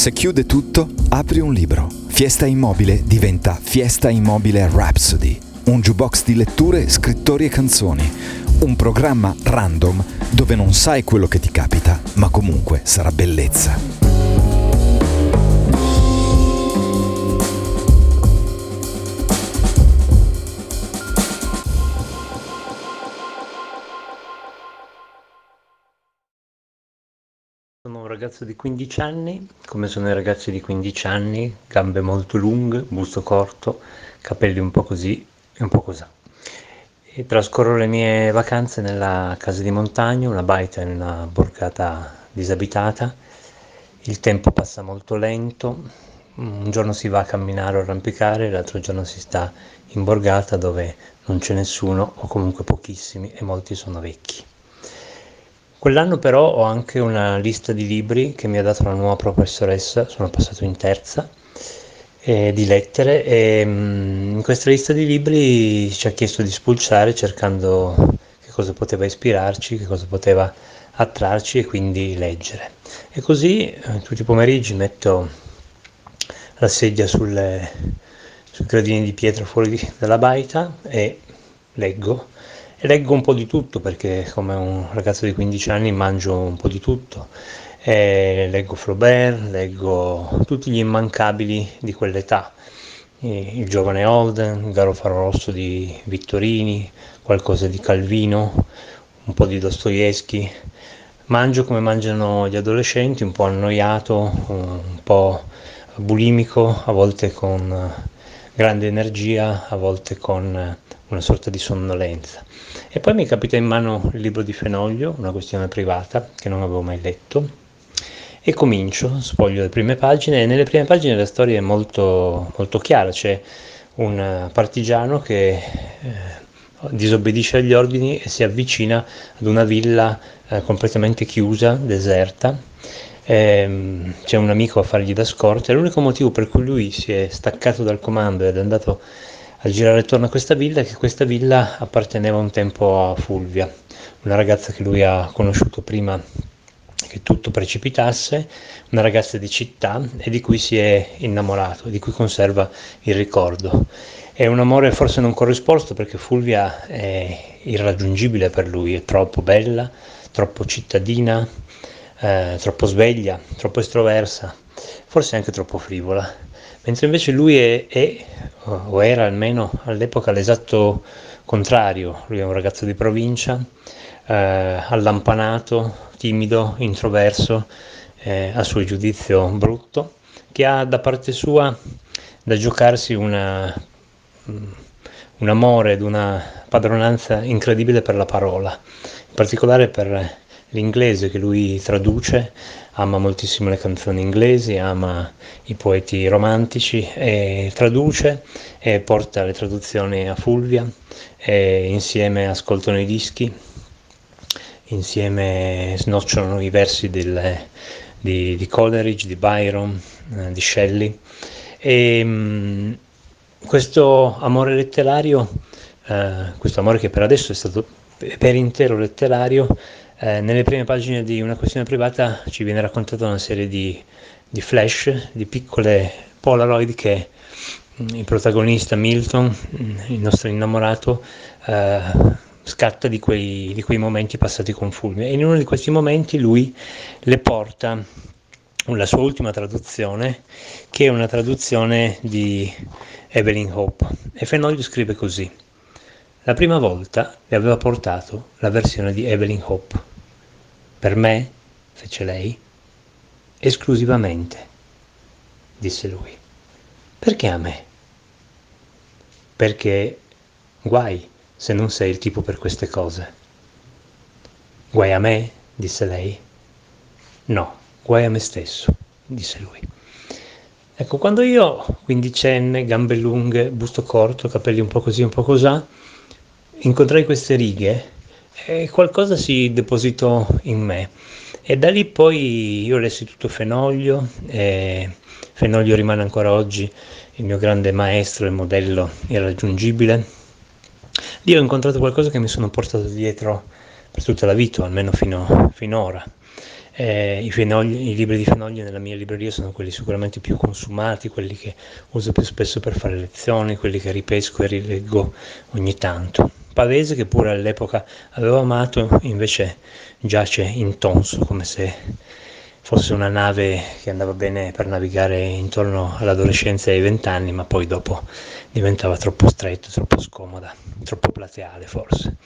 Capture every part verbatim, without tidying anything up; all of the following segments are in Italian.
Se chiude tutto, apri un libro. Fiesta Immobile diventa Fiesta Immobile Rhapsody. Un jukebox di letture, scrittori e canzoni. Un programma random dove non sai quello che ti capita, ma comunque sarà bellezza. Sono un ragazzo di quindici anni, come sono i ragazzi di quindici anni, gambe molto lunghe, busto corto, capelli un po' così e un po' cosà. E trascorro le mie vacanze nella casa di montagna, una baita in una borgata disabitata. Il tempo passa molto lento, un giorno si va a camminare o arrampicare, l'altro giorno si sta in borgata dove non c'è nessuno o comunque pochissimi e molti sono vecchi. Quell'anno però ho anche una lista di libri che mi ha dato la nuova professoressa, sono passato in terza, eh, di lettere e mh, in questa lista di libri ci ha chiesto di spulciare cercando che cosa poteva ispirarci, che cosa poteva attrarci e quindi leggere. E così eh, tutti i pomeriggi metto la sedia sulle, sui gradini di pietra fuori dalla baita e leggo. E leggo un po' di tutto perché come un ragazzo di quindici anni mangio un po' di tutto. E leggo Flaubert, leggo tutti gli immancabili di quell'età, il giovane Holden, il Garofalo Rosso di Vittorini, qualcosa di Calvino, un po' di Dostoevsky. Mangio come mangiano gli adolescenti, un po' annoiato, un po' bulimico, a volte con grande energia, a volte con una sorta di sonnolenza. E poi mi capita in mano il libro di Fenoglio, Una questione privata, che non avevo mai letto, e comincio, sfoglio le prime pagine, e nelle prime pagine la storia è molto, molto chiara. C'è un partigiano che eh, disobbedisce agli ordini e si avvicina ad una villa eh, completamente chiusa, deserta. Ehm, c'è un amico a fargli da scorta, e l'unico motivo per cui lui si è staccato dal comando ed è andato a girare attorno a questa villa è che questa villa apparteneva un tempo a Fulvia, una ragazza che lui ha conosciuto prima che tutto precipitasse, una ragazza di città e di cui si è innamorato, di cui conserva il ricordo. È un amore forse non corrisposto perché Fulvia è irraggiungibile per lui, è troppo bella, troppo cittadina, eh, troppo sveglia, troppo estroversa, forse anche troppo frivola. Mentre invece lui è, è, o era almeno all'epoca, l'esatto contrario. Lui è un ragazzo di provincia, eh, allampanato, timido, introverso, eh, a suo giudizio brutto, che ha da parte sua da giocarsi una, un amore ed una padronanza incredibile per la parola, in particolare per l'inglese che lui traduce. Ama moltissimo le canzoni inglesi, ama i poeti romantici e traduce e porta le traduzioni a Fulvia e insieme ascoltano i dischi, insieme snocciolano i versi del, di, di Coleridge, di Byron, eh, di Shelley. E mh, questo amore letterario, eh, questo amore che per adesso è stato per intero letterario, Eh, nelle prime pagine di Una questione privata ci viene raccontata una serie di, di flash, di piccole polaroid che mh, il protagonista Milton, mh, il nostro innamorato, eh, scatta di quei, di quei momenti passati con Fulvia, e in uno di questi momenti lui le porta la sua ultima traduzione, che è una traduzione di Evelyn Hope, e Fenoglio scrive così: la prima volta le aveva portato la versione di Evelyn Hope. Per me, fece lei, esclusivamente, disse lui. Perché a me? Perché guai se non sei il tipo per queste cose. Guai a me, disse lei. No, guai a me stesso, disse lui. Ecco, quando io, quindicenne, gambe lunghe, busto corto, capelli un po' così, un po' cosà, incontrai queste righe e qualcosa si depositò in me, e da lì poi io lessi tutto Fenoglio, e Fenoglio rimane ancora oggi il mio grande maestro e modello irraggiungibile. Lì ho incontrato qualcosa che mi sono portato dietro per tutta la vita, almeno fino finora, Eh, i, fenogli, i libri di Fenoglio nella mia libreria sono quelli sicuramente più consumati, quelli che uso più spesso per fare lezioni, quelli che ripesco e rileggo ogni tanto. Pavese, che pure all'epoca avevo amato, invece giace intonso, come se fosse una nave che andava bene per navigare intorno all'adolescenza e ai vent'anni, ma poi dopo diventava troppo stretto, troppo scomoda, troppo plateale forse.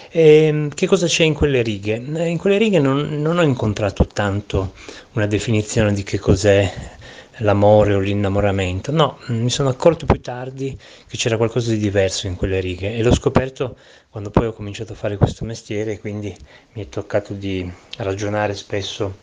E che cosa c'è in quelle righe? In quelle righe non, non ho incontrato tanto una definizione di che cos'è l'amore o l'innamoramento, no, mi sono accorto più tardi che c'era qualcosa di diverso in quelle righe e l'ho scoperto quando poi ho cominciato a fare questo mestiere, e quindi mi è toccato di ragionare spesso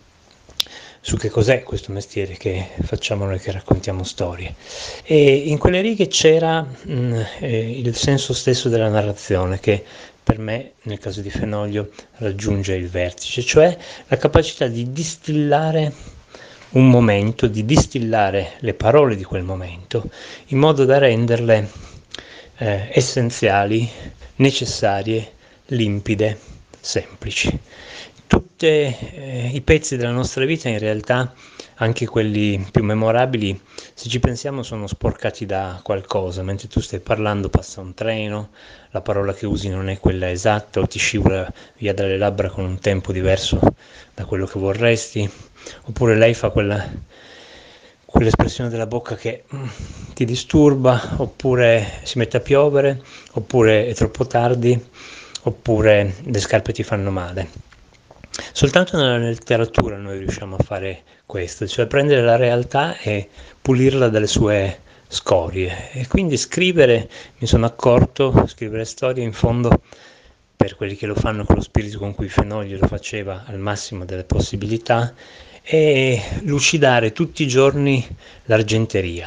su che cos'è questo mestiere che facciamo noi, che raccontiamo storie. E in quelle righe c'era mh, eh, il senso stesso della narrazione, che per me, nel caso di Fenoglio, raggiunge il vertice, cioè la capacità di distillare un momento, di distillare le parole di quel momento, in modo da renderle eh, essenziali, necessarie, limpide, semplici. Tutti eh, i pezzi della nostra vita, in realtà, anche quelli più memorabili, se ci pensiamo, sono sporcati da qualcosa. Mentre tu stai parlando passa un treno, la parola che usi non è quella esatta, o ti scivola via dalle labbra con un tempo diverso da quello che vorresti, oppure lei fa quella, quell'espressione della bocca che mm, ti disturba, oppure si mette a piovere, oppure è troppo tardi, oppure le scarpe ti fanno male. Soltanto nella letteratura noi riusciamo a fare questo, cioè prendere la realtà e pulirla dalle sue scorie. E quindi scrivere, mi sono accorto, scrivere storie in fondo, per quelli che lo fanno con lo spirito con cui Fenoglio lo faceva al massimo delle possibilità, è lucidare tutti i giorni l'argenteria.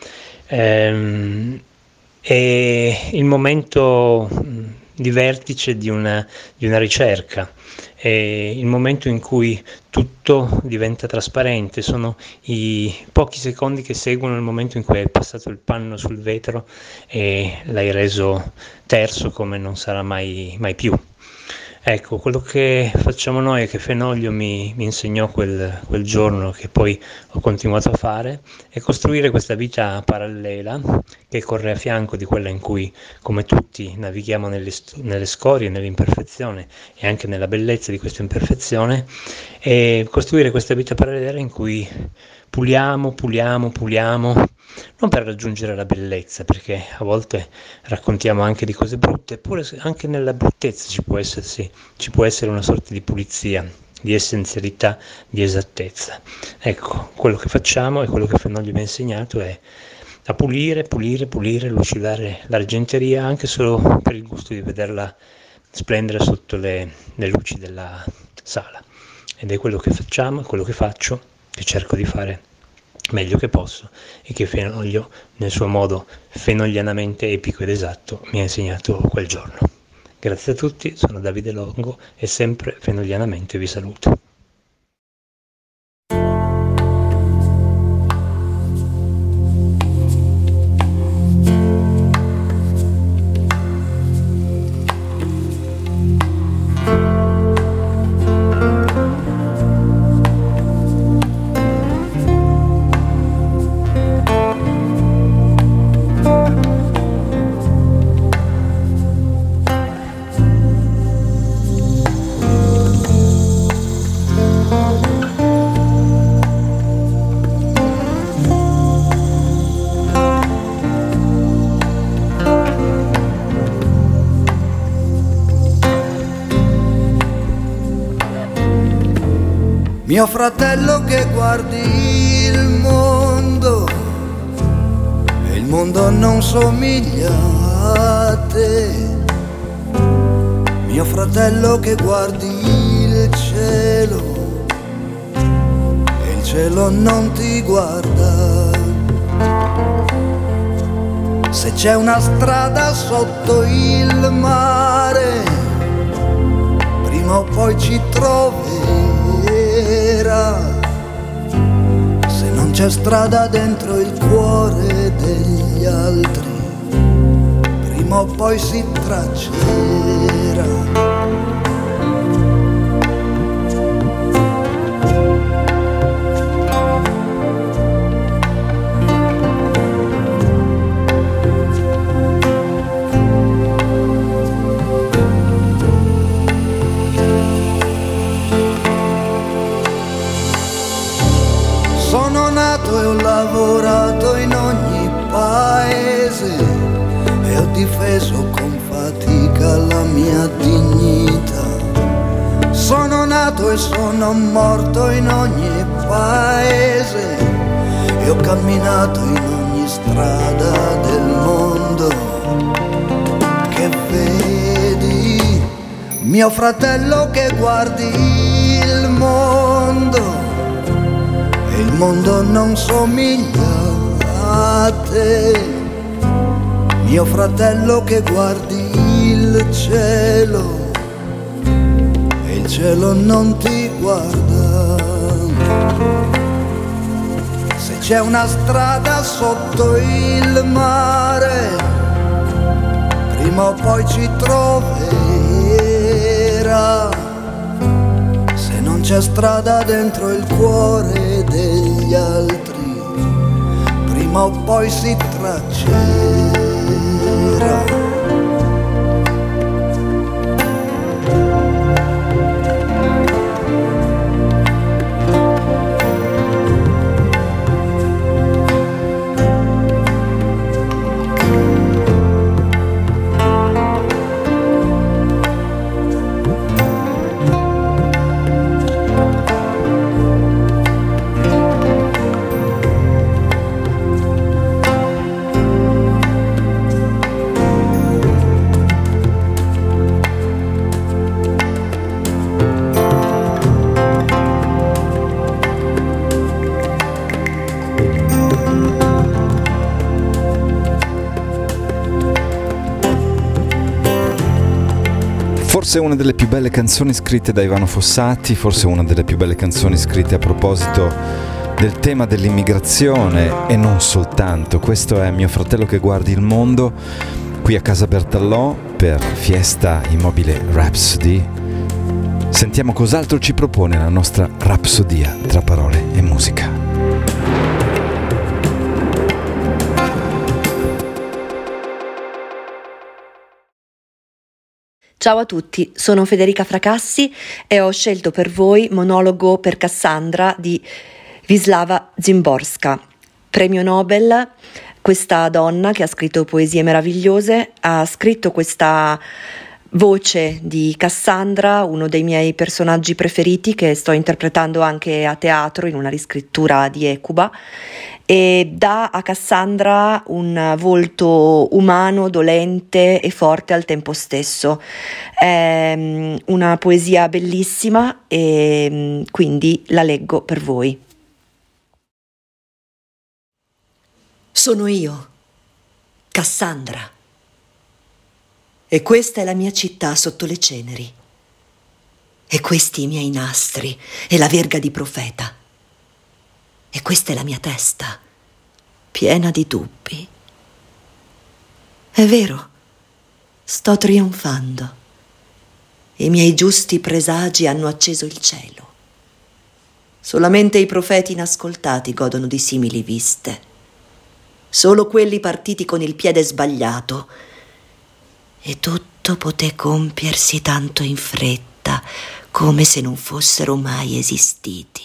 Ehm, è il momento di vertice di una, di una ricerca, è il momento in cui tutto diventa trasparente, sono i pochi secondi che seguono il momento in cui hai passato il panno sul vetro e l'hai reso terso come non sarà mai, mai più. Ecco, quello che facciamo noi, e che Fenoglio mi, mi insegnò quel, quel giorno, che poi ho continuato a fare, è costruire questa vita parallela che corre a fianco di quella in cui, come tutti, navighiamo nelle, nelle scorie, nell'imperfezione e anche nella bellezza di questa imperfezione, e costruire questa vita parallela in cui puliamo, puliamo, puliamo, non per raggiungere la bellezza, perché a volte raccontiamo anche di cose brutte, eppure anche nella bruttezza ci può essersi, ci può essere una sorta di pulizia, di essenzialità, di esattezza. Ecco, quello che facciamo e quello che Fenoglio mi ha insegnato è a pulire, pulire, pulire, lucidare l'argenteria, anche solo per il gusto di vederla splendere sotto le, le luci della sala. Ed è quello che facciamo, è quello che faccio, che cerco di fare meglio che posso, e che Fenoglio, nel suo modo fenoglianamente epico ed esatto, mi ha insegnato quel giorno. Grazie a tutti, sono Davide Longo e sempre fenoglianamente vi saluto. Mio fratello che guardi il mondo e il mondo non somiglia a te. Mio fratello che guardi il cielo e il cielo non ti guarda. Se c'è una strada sotto il mare, prima o poi ci troverà. Se non c'è strada dentro il cuore degli altri, prima o poi si traccerà. Sono nato e ho lavorato in ogni paese e ho difeso con fatica la mia dignità. Sono nato e sono morto in ogni paese e ho camminato in ogni strada del mondo. Che vedi, mio fratello, che guardi il mondo e il mondo non somiglia a te. Mio fratello, che guardi il cielo e il cielo non ti guarda. Se c'è una strada sotto il mare, prima o poi ci troverà. Se non c'è strada dentro il cuore degli altri, prima o poi si traccerà. Forse una delle più belle canzoni scritte da Ivano Fossati, forse una delle più belle canzoni scritte a proposito del tema dell'immigrazione e non soltanto. Questo è Mio fratello che guardi il mondo, qui a Casa Bertallò per Fiesta Immobile Rhapsody. Sentiamo cos'altro ci propone la nostra rapsodia tra parole e musica. Ciao a tutti, sono Federica Fracassi e ho scelto per voi Monologo per Cassandra di Wisława Szymborska, premio Nobel. Questa donna che ha scritto poesie meravigliose ha scritto questa voce di Cassandra, uno dei miei personaggi preferiti che sto interpretando anche a teatro in una riscrittura di Ecuba, e dà a Cassandra un volto umano, dolente e forte al tempo stesso. È una poesia bellissima e quindi la leggo per voi. Sono io, Cassandra, e questa è la mia città sotto le ceneri, e questi i miei nastri e la verga di profeta. E questa è la mia testa, piena di dubbi. È vero, sto trionfando. I miei giusti presagi hanno acceso il cielo. Solamente i profeti inascoltati godono di simili viste. Solo quelli partiti con il piede sbagliato. E tutto poté compiersi tanto in fretta, come se non fossero mai esistiti.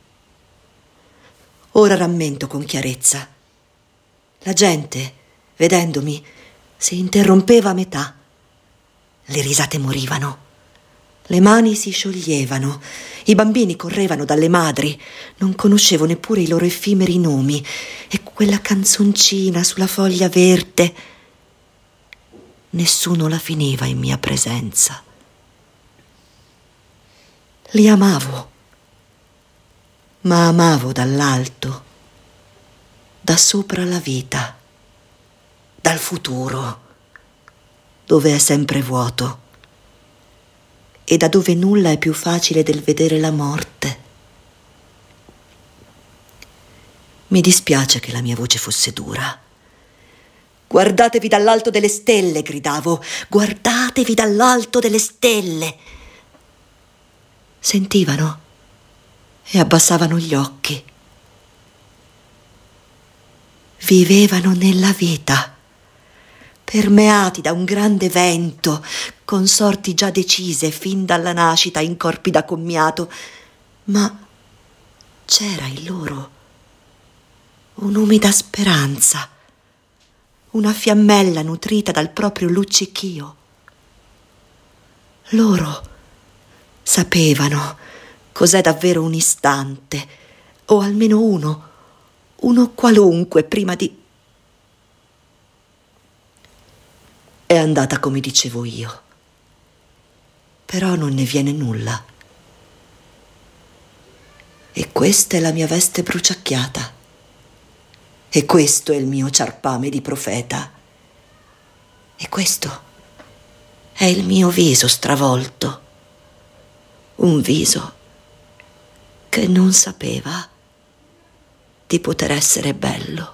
Ora rammento con chiarezza. La gente, vedendomi, si interrompeva a metà. Le risate morivano. Le mani si scioglievano. I bambini correvano dalle madri. Non conoscevo neppure i loro effimeri nomi. E quella canzoncina sulla foglia verde. Nessuno la finiva in mia presenza. Li amavo. Ma amavo dall'alto, da sopra la vita, dal futuro, dove è sempre vuoto e da dove nulla è più facile del vedere la morte. Mi dispiace che la mia voce fosse dura. Guardatevi dall'alto delle stelle, gridavo, guardatevi dall'alto delle stelle. Sentivano e abbassavano gli occhi. Vivevano nella vita, permeati da un grande vento, con sorti già decise fin dalla nascita in corpi da commiato, ma c'era in loro un'umida speranza, una fiammella nutrita dal proprio luccichio. Loro sapevano cos'è davvero un istante, o almeno uno, uno qualunque prima di... È andata come dicevo io, però non ne viene nulla. E questa è la mia veste bruciacchiata. E questo è il mio ciarpame di profeta. E questo è il mio viso stravolto. Un viso che non sapeva di poter essere bello.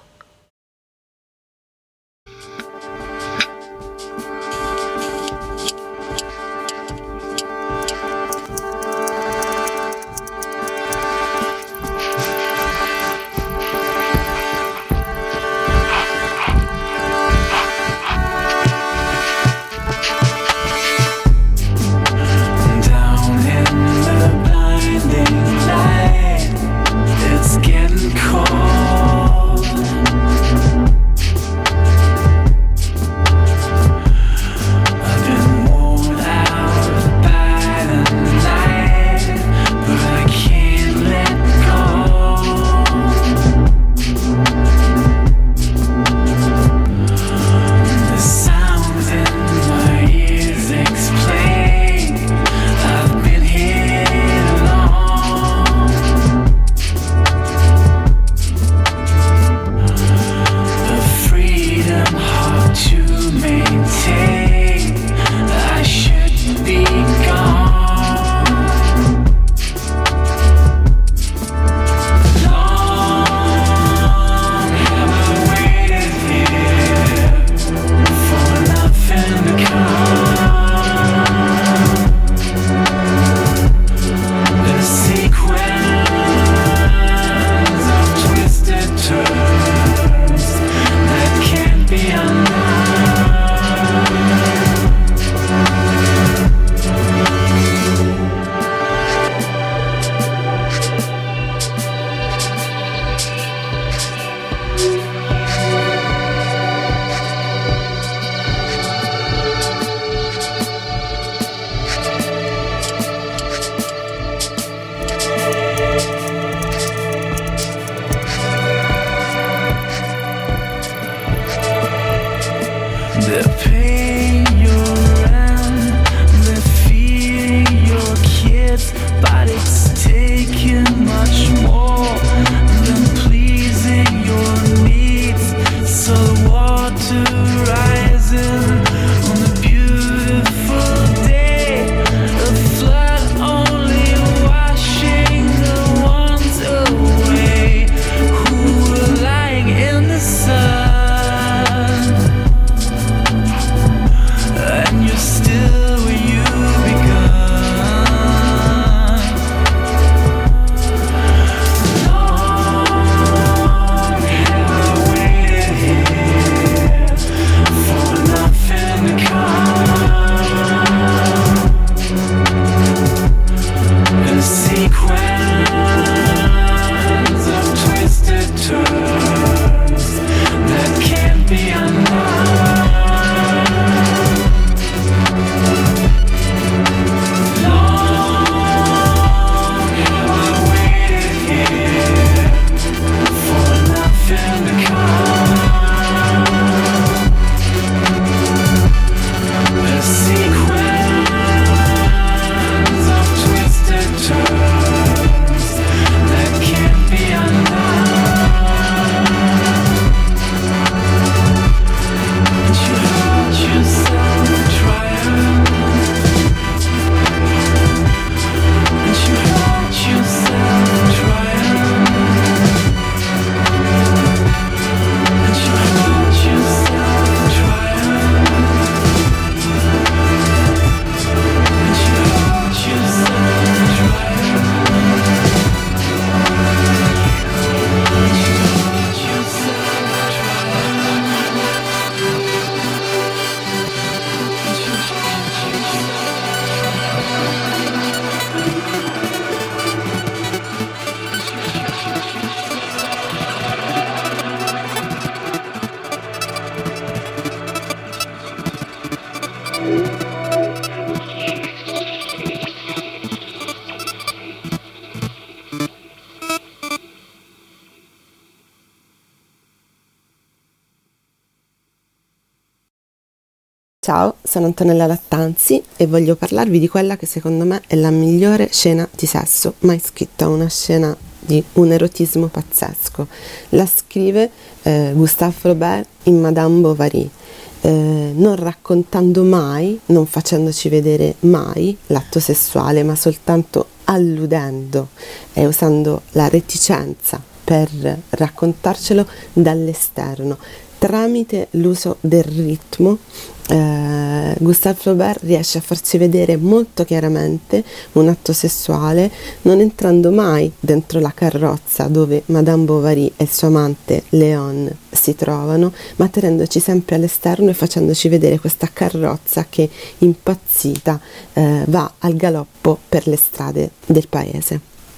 Ciao, sono Antonella Lattanzi e voglio parlarvi di quella che secondo me è la migliore scena di sesso mai scritta, una scena di un erotismo pazzesco. La scrive eh, Gustave Flaubert in Madame Bovary, eh, non raccontando mai, non facendoci vedere mai l'atto sessuale, ma soltanto alludendo e usando la reticenza per raccontarcelo dall'esterno. Tramite l'uso del ritmo, eh, Gustave Flaubert riesce a farci vedere molto chiaramente un atto sessuale, non entrando mai dentro la carrozza dove Madame Bovary e il suo amante Léon si trovano, ma tenendoci sempre all'esterno e facendoci vedere questa carrozza che, impazzita, eh, va al galoppo per le strade del paese.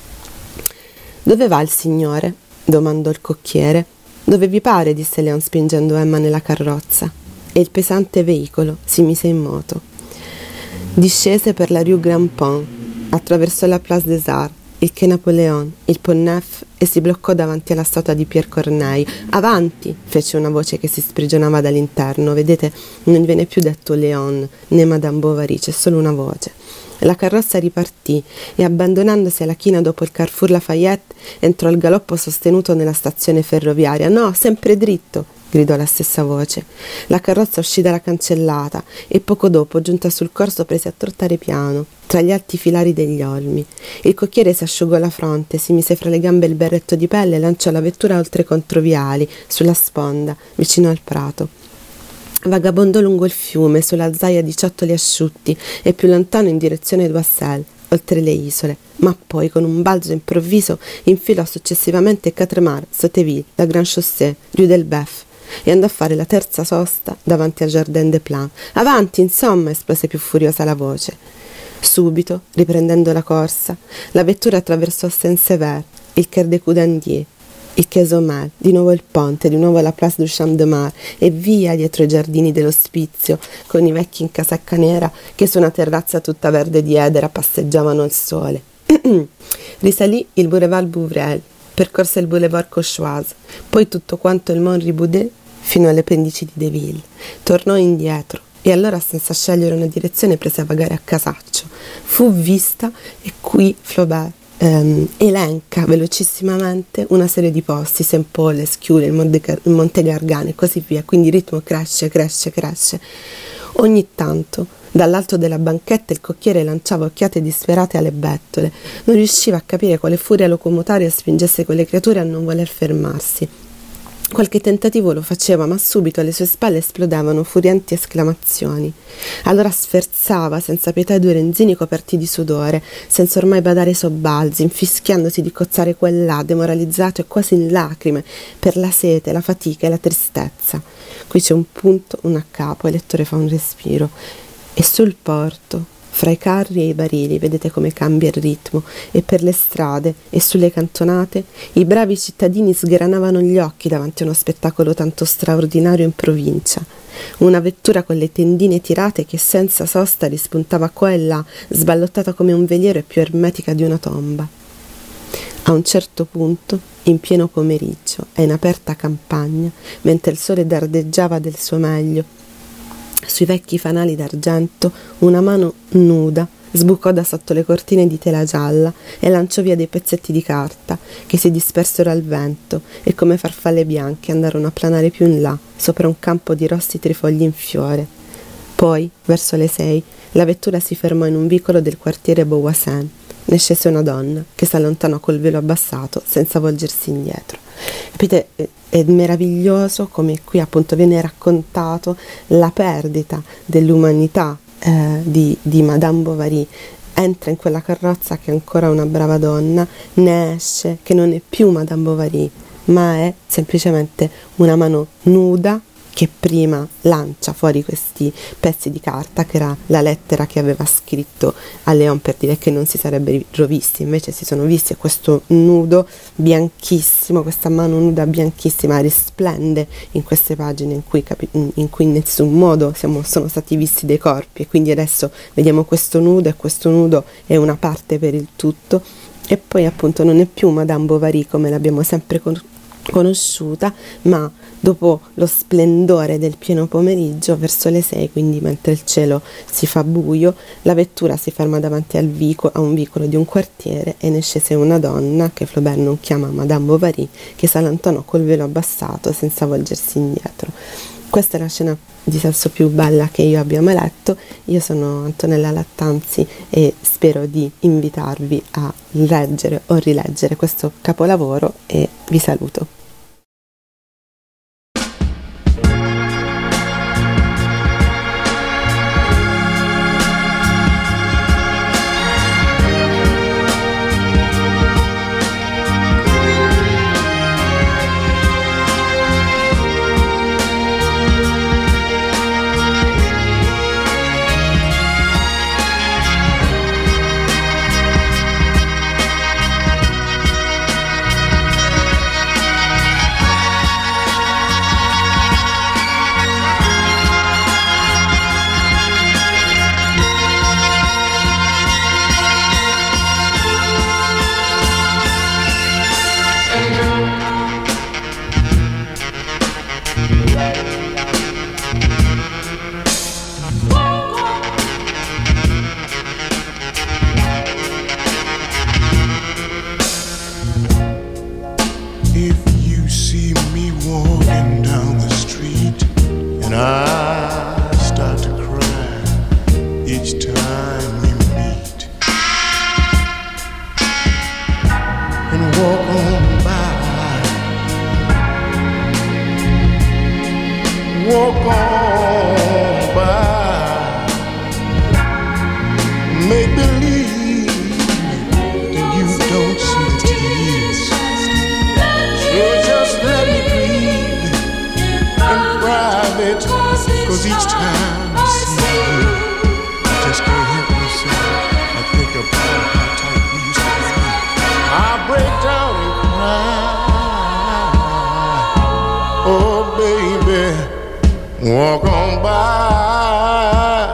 «Dove va il signore?» domandò il cocchiere. «Dove vi pare?» disse Léon spingendo Emma nella carrozza, e il pesante veicolo si mise in moto. Discese per la rue Grand Pont, attraversò la Place des Arts, il Quai Napoléon, il Pont Neuf e si bloccò davanti alla statua di Pierre Corneille. «Avanti!» fece una voce che si sprigionava dall'interno. Vedete, non viene più detto Léon né Madame Bovary, c'è solo una voce. La carrozza ripartì e, abbandonandosi alla china dopo il Carrefour Lafayette, entrò al galoppo sostenuto nella stazione ferroviaria. «No, sempre dritto!» gridò la stessa voce. La carrozza uscì dalla cancellata e poco dopo, giunta sul corso, prese a trottare piano tra gli alti filari degli olmi. Il cocchiere si asciugò la fronte, si mise fra le gambe il berretto di pelle e lanciò la vettura oltre i controviali, sulla sponda, vicino al prato. Vagabondò lungo il fiume, sulla zaia di ciottoli asciutti e più lontano in direzione d'Oissel, oltre le isole, ma poi con un balzo improvviso infilò successivamente Quatremar, Sotteville, la Grande Chaussée, Rue del Bœuf e andò a fare la terza sosta davanti al Jardin des Plantes. «Avanti, insomma!» esplose più furiosa la voce. Subito, riprendendo la corsa, la vettura attraversò Saint-Sever, il Quai des Coudandiers, il Quai Somel, di nuovo il ponte, di nuovo la Place du Champ de Mars e via dietro i giardini dell'ospizio con i vecchi in casacca nera che su una terrazza tutta verde di edera passeggiavano al sole. Risalì il Boulevard Bouvreuil, percorse il Boulevard Cauchoise, poi tutto quanto il Mont Riboudet fino alle pendici di Deville. Tornò indietro e allora, senza scegliere una direzione, prese a vagare a casaccio. Fu vista e qui Flaubert ehm, elenca velocissimamente una serie di posti: Saint-Paul, Eschiule, il Monte, il Monte Gargano e così via. Quindi il ritmo cresce, cresce, cresce. Ogni tanto dall'alto della banchetta il cocchiere lanciava occhiate disperate alle bettole. Non riusciva a capire quale furia locomotoria spingesse quelle creature a non voler fermarsi. Qualche tentativo lo faceva, ma subito alle sue spalle esplodevano furianti esclamazioni. Allora sferzava senza pietà i due renzini coperti di sudore, senza ormai badare ai sobbalzi, infischiandosi di cozzare quell'à, demoralizzato e quasi in lacrime per la sete, la fatica e la tristezza. Qui c'è un punto, un a capo, e il lettore fa un respiro. E sul porto, fra i carri e i barili, vedete come cambia il ritmo, e per le strade e sulle cantonate i bravi cittadini sgranavano gli occhi davanti a uno spettacolo tanto straordinario in provincia. Una vettura con le tendine tirate che senza sosta rispuntava qua e là, sballottata come un veliero e più ermetica di una tomba. A un certo punto, in pieno pomeriggio e in aperta campagna, mentre il sole dardeggiava del suo meglio sui vecchi fanali d'argento, una mano nuda sbucò da sotto le cortine di tela gialla e lanciò via dei pezzetti di carta che si dispersero al vento e come farfalle bianche andarono a planare più in là, sopra un campo di rossi trifogli in fiore. Poi, verso le sei, la vettura si fermò in un vicolo del quartiere Beauvoisin. Ne scese una donna che si allontanò col velo abbassato senza volgersi indietro. Capite? È meraviglioso come qui appunto viene raccontato la perdita dell'umanità eh, di, di Madame Bovary. Entra in quella carrozza che è ancora una brava donna, ne esce che non è più Madame Bovary, ma è semplicemente una mano nuda che prima lancia fuori questi pezzi di carta, che era la lettera che aveva scritto a Léon per dire che non si sarebbero visti, invece si sono visti, e questo nudo bianchissimo, questa mano nuda bianchissima risplende in queste pagine in cui, capi- in cui in nessun modo siamo, sono stati visti dei corpi, e quindi adesso vediamo questo nudo, e questo nudo è una parte per il tutto. E poi appunto non è più Madame Bovary come l'abbiamo sempre con- conosciuta, ma dopo lo splendore del pieno pomeriggio, verso le sei, quindi mentre il cielo si fa buio, la vettura si ferma davanti al vico, a un vicolo di un quartiere e ne scese una donna, che Flaubert non chiama Madame Bovary, che si allontanò col velo abbassato senza volgersi indietro. Questa è la scena di sesso più bella che io abbia mai letto. Io sono Antonella Lattanzi e spero di invitarvi a leggere o rileggere questo capolavoro e vi saluto. Walk on by.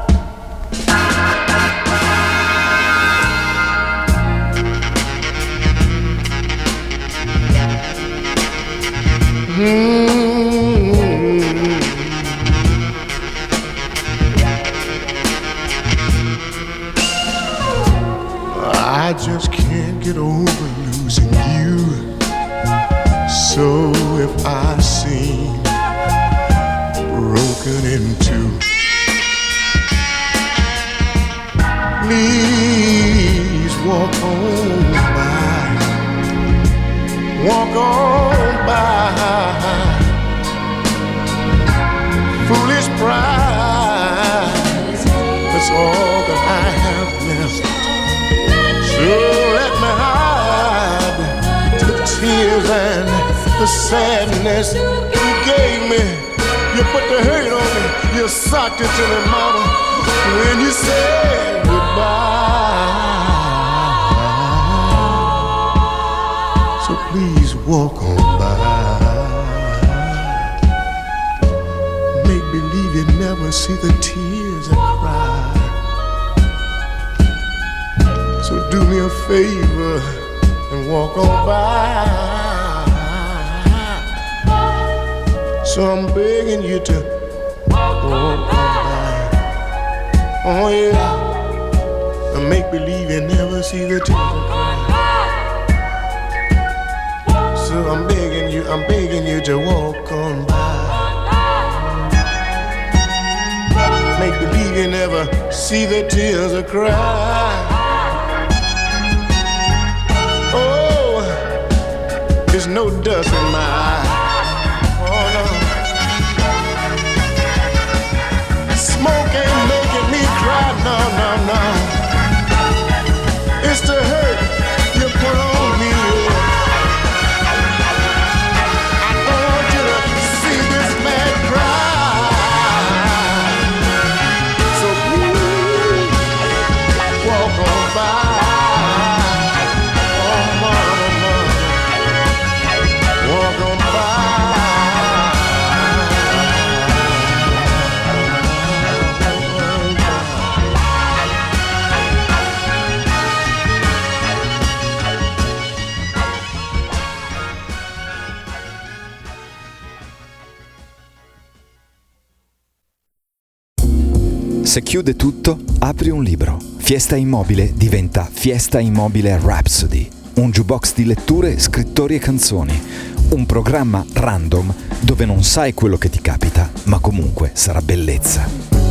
Mm-hmm. I just can't get over losing you. So if I seem broken in two, please walk on by, walk on by. Foolish pride, that's all that I have left. So let me hide the tears and the sadness you gave me. You put the hurt on me, you socked it to me, mama, when you said goodbye. So please walk on by. Make believe you never see the tears I cry. So do me a favor and walk on by. So I'm begging you to walk on by. Oh yeah, and make believe you never see the tears I cry. So I'm begging you, I'm begging you to walk on by. Make believe you never see the tears I cry. Oh, there's no dust in my eye. Oh no. Smoke ain't making me cry, no, no, no. It's the hurt you put on me. I don't want you to see this man cry. So please walk on by. Oh, mama, mama, walk on by. Se chiude tutto, apri un libro. Fiesta Immobile diventa Fiesta Immobile Rhapsody, un jukebox di letture, scrittori e canzoni, un programma random dove non sai quello che ti capita, ma comunque sarà bellezza.